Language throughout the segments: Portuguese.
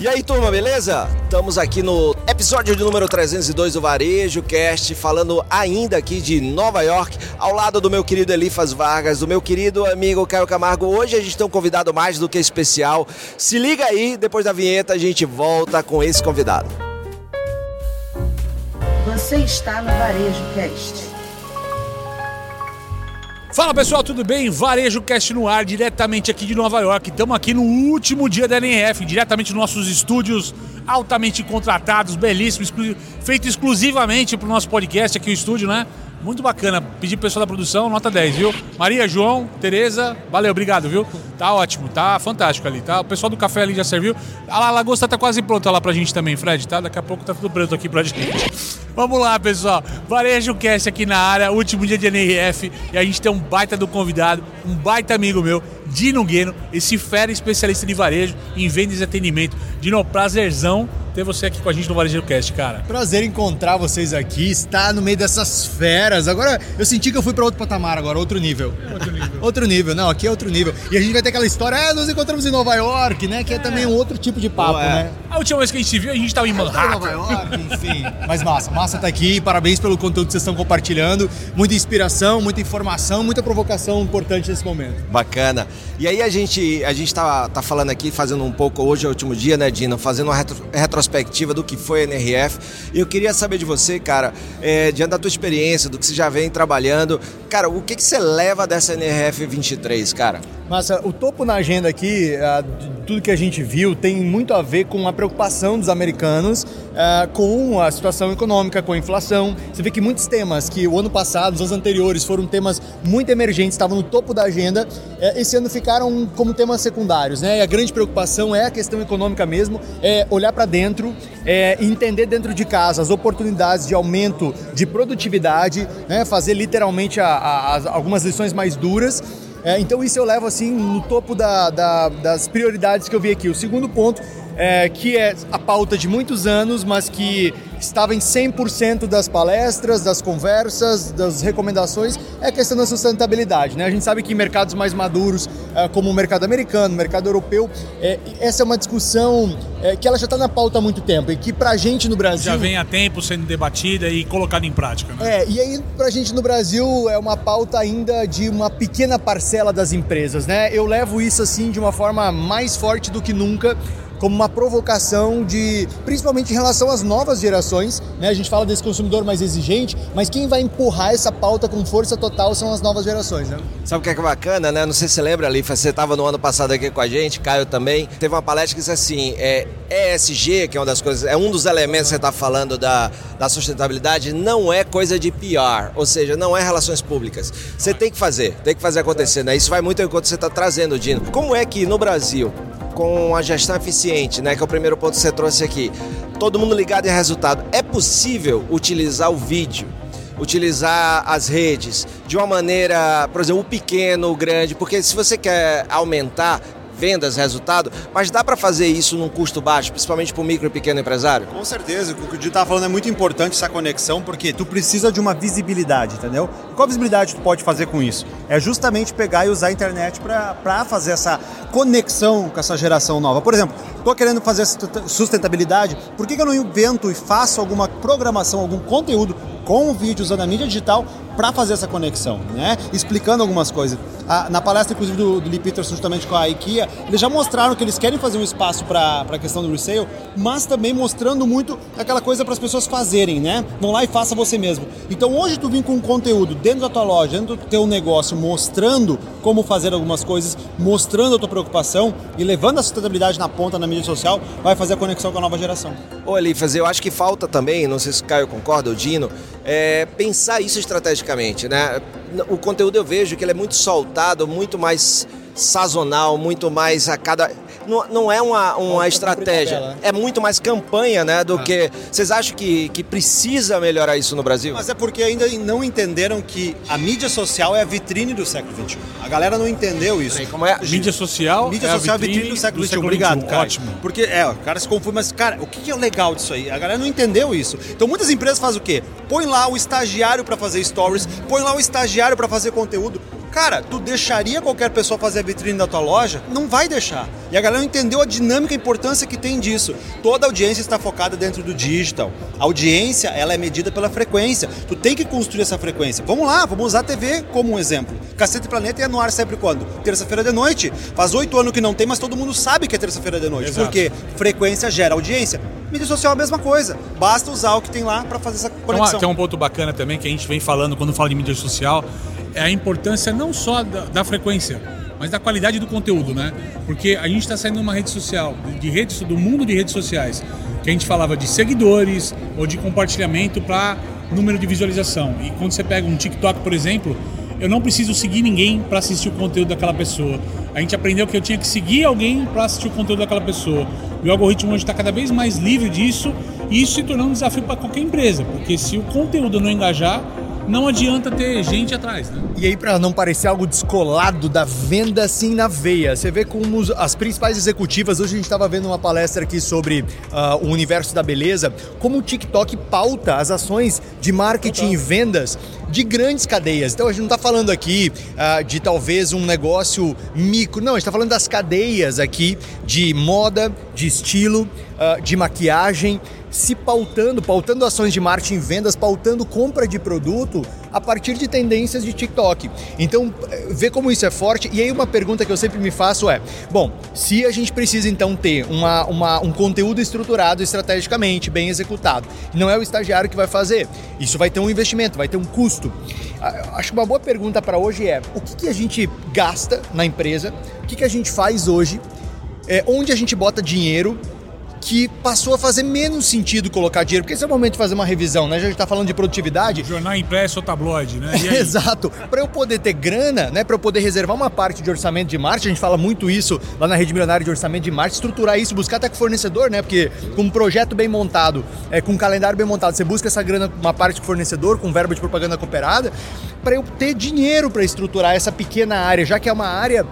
E aí, turma, beleza? Estamos aqui no episódio de número 302 do Varejo Cast, falando ainda aqui de Nova York, ao lado do meu querido Elifas Vargas, do meu querido amigo Caio Camargo. Hoje a gente tem um convidado mais do que especial. Se liga aí, depois da vinheta a gente volta com esse convidado. Você está no Varejo Cast. Fala pessoal, tudo bem? Varejo Cast no ar, diretamente aqui de Nova York. Estamos aqui no último dia da NRF, diretamente nos nossos estúdios altamente contratados, belíssimos, feito exclusivamente para o nosso podcast aqui, o estúdio, né? Muito bacana. Pedi pro pessoal da produção, nota 10, viu? Maria, João, Tereza, valeu, obrigado, viu? Tá ótimo, tá fantástico ali, tá? O pessoal do café ali já serviu. A lagosta tá quase pronta lá pra gente também, Fred, tá? Daqui a pouco tá tudo pronto aqui pra gente. Vamos lá, pessoal. Varejo Cast aqui na área, último dia de NRF, e a gente tem um baita do convidado, um baita amigo meu, Dino Gueno, esse fera especialista de varejo, em vendas e atendimento. Dino, prazerzão ter você aqui com a gente no Varejo Cast, cara. Prazer encontrar vocês aqui, estar no meio dessas feras. Agora, eu senti que eu fui pra outro patamar agora, outro nível. Outro nível, não, aqui é outro nível. E a gente vai ter aquela história, nos encontramos em Nova York, né? Que é também um outro tipo de papo, né? A última vez que a gente se viu, a gente tava em Manhattan. Nova York, enfim. Mas massa tá aqui, parabéns pelo conteúdo que vocês estão compartilhando. Muita inspiração, muita informação, muita provocação importante nesse momento. Bacana. E aí a gente tá falando aqui, fazendo um pouco, hoje é o último dia, né, Dino? Fazendo uma retrospectiva do que foi a NRF. E eu queria saber de você, cara, diante da tua experiência, do que você já vem trabalhando, cara, o que você leva dessa NRF 23, cara? Massa, o topo na agenda aqui, tudo que a gente viu tem muito a ver com a preocupação dos americanos com a situação econômica, com a inflação. Você vê que muitos temas que o ano passado, os anos anteriores, foram temas muito emergentes, estavam no topo da agenda, esse ano ficaram como temas secundários, né? E a grande preocupação é a questão econômica mesmo, é olhar para dentro, entender dentro de casa as oportunidades de aumento de produtividade, né? Fazer literalmente algumas lições mais duras. Então isso eu levo assim no topo das prioridades que eu vi aqui. O segundo ponto, que é a pauta de muitos anos, mas que estava em 100% das palestras, das conversas, das recomendações, é a questão da sustentabilidade, né? A gente sabe que em mercados mais maduros, como o mercado americano, o mercado europeu, essa é uma discussão que ela já está na pauta há muito tempo e que pra gente no Brasil... Já vem há tempo sendo debatida e colocada em prática, né? E aí pra gente no Brasil é uma pauta ainda de uma pequena parcela das empresas, né? Eu levo isso assim de uma forma mais forte do que nunca, como uma provocação principalmente em relação às novas gerações, né? A gente fala desse consumidor mais exigente, mas quem vai empurrar essa pauta com força total são as novas gerações, né? Sabe o que é bacana, né? Não sei se você lembra, Alifa, você estava no ano passado aqui com a gente, Caio também, teve uma palestra que disse assim, ESG, que é uma das coisas, é um dos elementos que você está falando da sustentabilidade, não é coisa de PR, ou seja, não é relações públicas. Você tem que fazer acontecer, né? Isso vai muito ao encontro que você está trazendo, Dino. Como é que no Brasil, com a gestão eficiente, né, que é o primeiro ponto que você trouxe aqui, todo mundo ligado em resultado, é possível utilizar o vídeo, utilizar as redes de uma maneira, por exemplo, o pequeno, o grande, porque se você quer aumentar vendas, resultado, mas dá para fazer isso num custo baixo, principalmente para o micro e pequeno empresário? Com certeza, o que o Dino estava falando é muito importante essa conexão, porque tu precisa de uma visibilidade, entendeu? E qual visibilidade tu pode fazer com isso? É justamente pegar e usar a internet para fazer essa conexão com essa geração nova. Por exemplo, estou querendo fazer sustentabilidade, por que eu não invento e faço alguma programação, algum conteúdo com o vídeo usando a mídia digital para fazer essa conexão, né? Explicando algumas coisas. Na palestra, inclusive, do Lee Peterson, justamente com a IKEA, eles já mostraram que eles querem fazer um espaço para a questão do resale, mas também mostrando muito aquela coisa para as pessoas fazerem, né? Vão lá e faça você mesmo. Então, hoje tu vir com um conteúdo dentro da tua loja, dentro do teu negócio, mostrando como fazer algumas coisas, mostrando a tua preocupação e levando a sustentabilidade na ponta na mídia social, vai fazer a conexão com a nova geração. Ô, Elifas, eu acho que falta também, não sei se o Caio concorda, o Dino, pensar isso estrategicamente, né? O conteúdo eu vejo que ele é muito soltado, muito mais sazonal, muito mais a cada... Não é uma estratégia, é muito mais campanha, né, do que... Vocês acham que precisa melhorar isso no Brasil? Mas é porque ainda não entenderam que a mídia social é a vitrine do século XXI. A galera não entendeu isso. Como é? Mídia social é a vitrine do século XXI. Obrigado, cara. Ótimo. Porque, o cara se confunde, mas, cara, o que é o legal disso aí? A galera não entendeu isso. Então, muitas empresas fazem o quê? Põe lá o estagiário para fazer stories, põe lá o estagiário para fazer conteúdo. Cara, tu deixaria qualquer pessoa fazer a vitrine da tua loja? Não vai deixar. E a galera entendeu a dinâmica e a importância que tem disso. Toda a audiência está focada dentro do digital. A audiência, ela é medida pela frequência. Tu tem que construir essa frequência. Vamos lá, vamos usar a TV como um exemplo. Cacete Planeta é no ar sempre quando? Terça-feira de noite. Faz 8 anos que não tem, mas todo mundo sabe que é terça-feira de noite. Exato. Porque frequência gera audiência. Mídia social é a mesma coisa. Basta usar o que tem lá para fazer essa conexão. Tem um ponto bacana também que a gente vem falando quando fala de mídia social, é a importância não só da frequência, mas da qualidade do conteúdo, né? Porque a gente está saindo de uma rede social, do mundo de redes sociais, que a gente falava de seguidores ou de compartilhamento para número de visualização. E quando você pega um TikTok, por exemplo, eu não preciso seguir ninguém para assistir o conteúdo daquela pessoa. A gente aprendeu que eu tinha que seguir alguém para assistir o conteúdo daquela pessoa. E o algoritmo hoje está cada vez mais livre disso, e isso se tornou um desafio para qualquer empresa, porque se o conteúdo não engajar, não adianta ter gente atrás, né? E aí, para não parecer algo descolado da venda assim na veia, você vê como as principais executivas, hoje a gente estava vendo uma palestra aqui sobre o universo da beleza, como o TikTok pauta as ações de marketing e vendas de grandes cadeias. Então a gente não está falando aqui de talvez um negócio micro, não, a gente está falando das cadeias aqui de moda, de estilo, de maquiagem, se pautando ações de marketing e vendas, pautando compra de produto a partir de tendências de TikTok. Então, vê como isso é forte. E aí uma pergunta que eu sempre me faço é, bom, se a gente precisa então ter um conteúdo estruturado estrategicamente, bem executado, não é o estagiário que vai fazer, isso vai ter um investimento, vai ter um custo. Acho que uma boa pergunta para hoje é, o que a gente gasta na empresa, o que a gente faz hoje, onde a gente bota dinheiro, que passou a fazer menos sentido colocar dinheiro, porque esse é o momento de fazer uma revisão, né? Já a gente está falando de produtividade. Jornal impresso ou tabloide, né? Exato. Para eu poder ter grana, né? Para eu poder reservar uma parte de orçamento de marketing, a gente fala muito isso lá na Rede Milionária de Orçamento de Marketing, estruturar isso, buscar até com o fornecedor, né? Porque com um projeto bem montado, com um calendário bem montado, você busca essa grana, uma parte com o fornecedor, com verba de propaganda cooperada, para eu ter dinheiro para estruturar essa pequena área, já que é uma área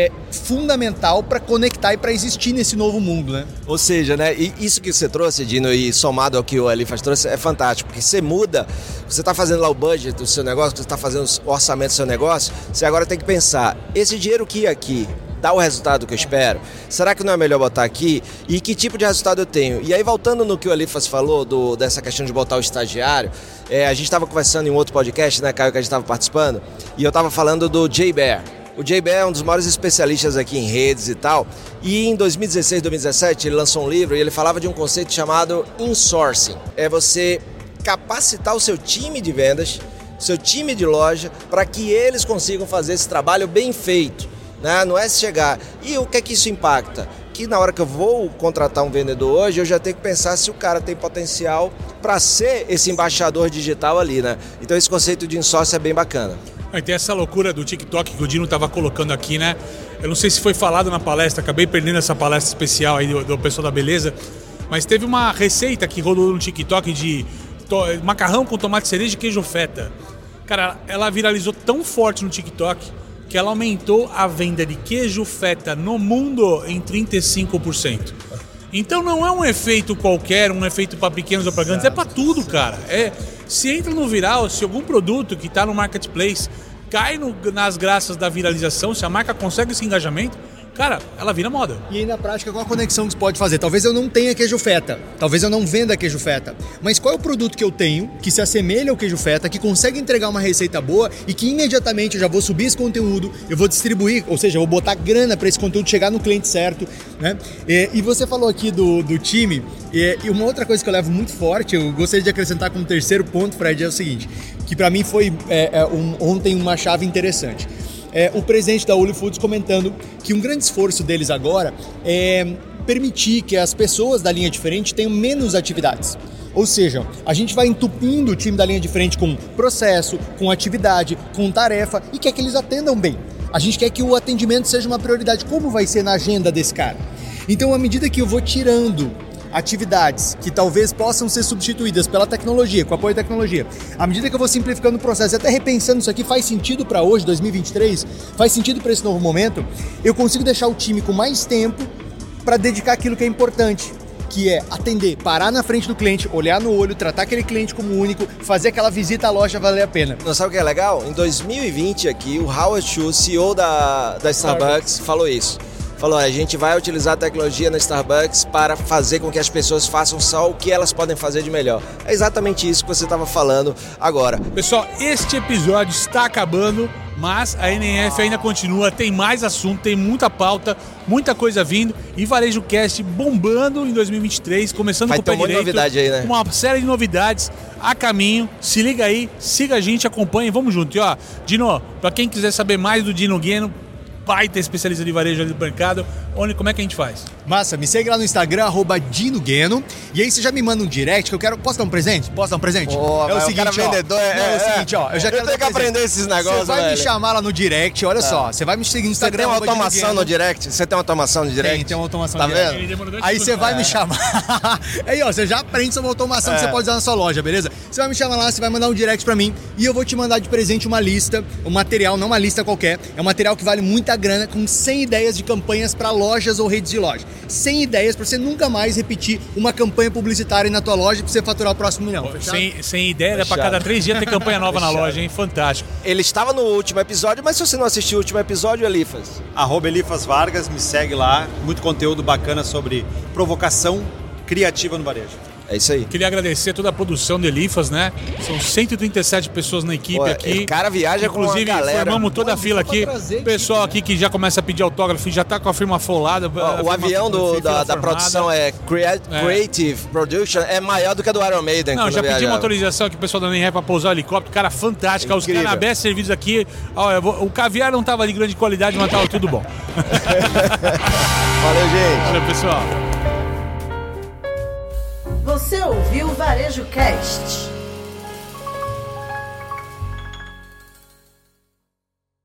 fundamental para conectar e para existir nesse novo mundo, né? Ou seja, né, e isso que você trouxe, Dino, e somado ao que o Elifas trouxe, é fantástico, porque você muda, você está fazendo lá o budget do seu negócio, você está fazendo o orçamento do seu negócio, você agora tem que pensar, esse dinheiro que ia aqui dá o resultado que eu espero? Será que não é melhor botar aqui? E que tipo de resultado eu tenho? E aí, voltando no que o Elifas falou, dessa questão de botar o estagiário, a gente estava conversando em um outro podcast, né, Caio, que a gente estava participando, e eu estava falando do Jay Baer. O Jay Baer é um dos maiores especialistas aqui em redes e tal, e em 2016, 2017 ele lançou um livro e ele falava de um conceito chamado insourcing. É você capacitar o seu time de vendas, seu time de loja, para que eles consigam fazer esse trabalho bem feito, né? Não é chegar. E o que é que isso impacta? Que na hora que eu vou contratar um vendedor hoje, eu já tenho que pensar se o cara tem potencial para ser esse embaixador digital ali, né? Então esse conceito de insourcing é bem bacana. Tem essa loucura do TikTok que o Dino estava colocando aqui, né? Eu não sei se foi falado na palestra, acabei perdendo essa palestra especial aí do pessoal da beleza, mas teve uma receita que rodou no TikTok de macarrão com tomate cereja e queijo feta. Cara, ela viralizou tão forte no TikTok que ela aumentou a venda de queijo feta no mundo em 35%. Então não é um efeito qualquer, um efeito para pequenos ou para grandes, é para tudo, cara. Se entra no viral, se algum produto que está no marketplace cai nas graças da viralização, se a marca consegue esse engajamento, cara, ela vira moda. E aí na prática, qual a conexão que você pode fazer? Talvez eu não tenha queijo feta, talvez eu não venda queijo feta, mas qual é o produto que eu tenho que se assemelha ao queijo feta, que consegue entregar uma receita boa e que imediatamente eu já vou subir esse conteúdo, eu vou distribuir, ou seja, eu vou botar grana para esse conteúdo chegar no cliente certo, né? E você falou aqui do time, e uma outra coisa que eu levo muito forte, eu gostaria de acrescentar como terceiro ponto, Fred, é o seguinte, que para mim foi ontem uma chave interessante. O presidente da Wholly Foods comentando que um grande esforço deles agora é permitir que as pessoas da linha de frente tenham menos atividades. Ou seja, a gente vai entupindo o time da linha de frente com processo, com atividade, com tarefa e quer que eles atendam bem. A gente quer que o atendimento seja uma prioridade. Como vai ser na agenda desse cara? Então, à medida que eu vou tirando atividades que talvez possam ser substituídas pela tecnologia, com apoio à tecnologia, à medida que eu vou simplificando o processo e até repensando isso aqui, faz sentido para hoje, 2023, faz sentido para esse novo momento, eu consigo deixar o time com mais tempo para dedicar aquilo que é importante. que é atender, parar na frente do cliente, olhar no olho, tratar aquele cliente como único, fazer aquela visita à loja valer a pena. Não sabe o que é legal? Em 2020 aqui, o Howard Schultz, CEO da Starbucks, falou isso. Falou, a gente vai utilizar a tecnologia na Starbucks para fazer com que as pessoas façam só o que elas podem fazer de melhor. É exatamente isso que você estava falando agora. Pessoal, este episódio está acabando, mas a NRF ainda continua, tem mais assunto, tem muita pauta, muita coisa vindo e Varejo Cast bombando em 2023, começando com o pé direito. Vai ter muita novidade aí, né? Uma série de novidades a caminho. Se liga aí, siga a gente, acompanhe, vamos junto. E ó, Dino, para quem quiser saber mais do Dino Gueno, baita especialista de varejo ali do mercado, como é que a gente faz? Massa, me segue lá no Instagram, @DinoGueno. E aí você já me manda um direct que eu quero... Posso dar um presente? Posso dar um presente? É o seguinte, vendedor, é o seguinte, ó. Eu já quero tenho que aprender esses negócios, Você vai me chamar lá no direct, olha só. Você vai me seguir no Instagram. Você tem uma automação no direct? Você tem uma automação no direct? Tem uma automação no direct. Vendo? Aí você vai me chamar. Aí, ó, você já aprende sobre automação que você pode usar na sua loja, beleza? Você vai me chamar lá, você vai mandar um direct pra mim e eu vou te mandar de presente uma lista, um material, não uma lista qualquer. É um material que vale muita grana, com 100 ideias de campanhas para lojas ou redes de loja. 100 ideias para você nunca mais repetir uma campanha publicitária na tua loja para você faturar o próximo milhão. Sem ideia, é para cada 3 dias ter campanha nova na loja, hein? Fantástico. Ele estava no último episódio, mas se você não assistiu o último episódio, Elifas? @Elifas Vargas, me segue lá. Muito conteúdo bacana sobre provocação criativa no varejo. É isso aí. Queria agradecer toda a produção do Elifas, né? São 137 pessoas na equipe aqui. O cara viaja inclusive, com uma galera. Formamos toda a fila aqui. O pessoal aqui que já começa a pedir autógrafo, já tá com a firma folada. O avião da produção é Creative Production, é maior do que a do Iron Maiden. Não, já pedi uma autorização aqui pro pessoal da NRF pra pousar o helicóptero. Cara, fantástico. Os canabés servidos aqui. O caviar não tava de grande qualidade, mas tava tudo bom. Valeu, gente. Valeu, pessoal. Você ouviu o Varejo Cast.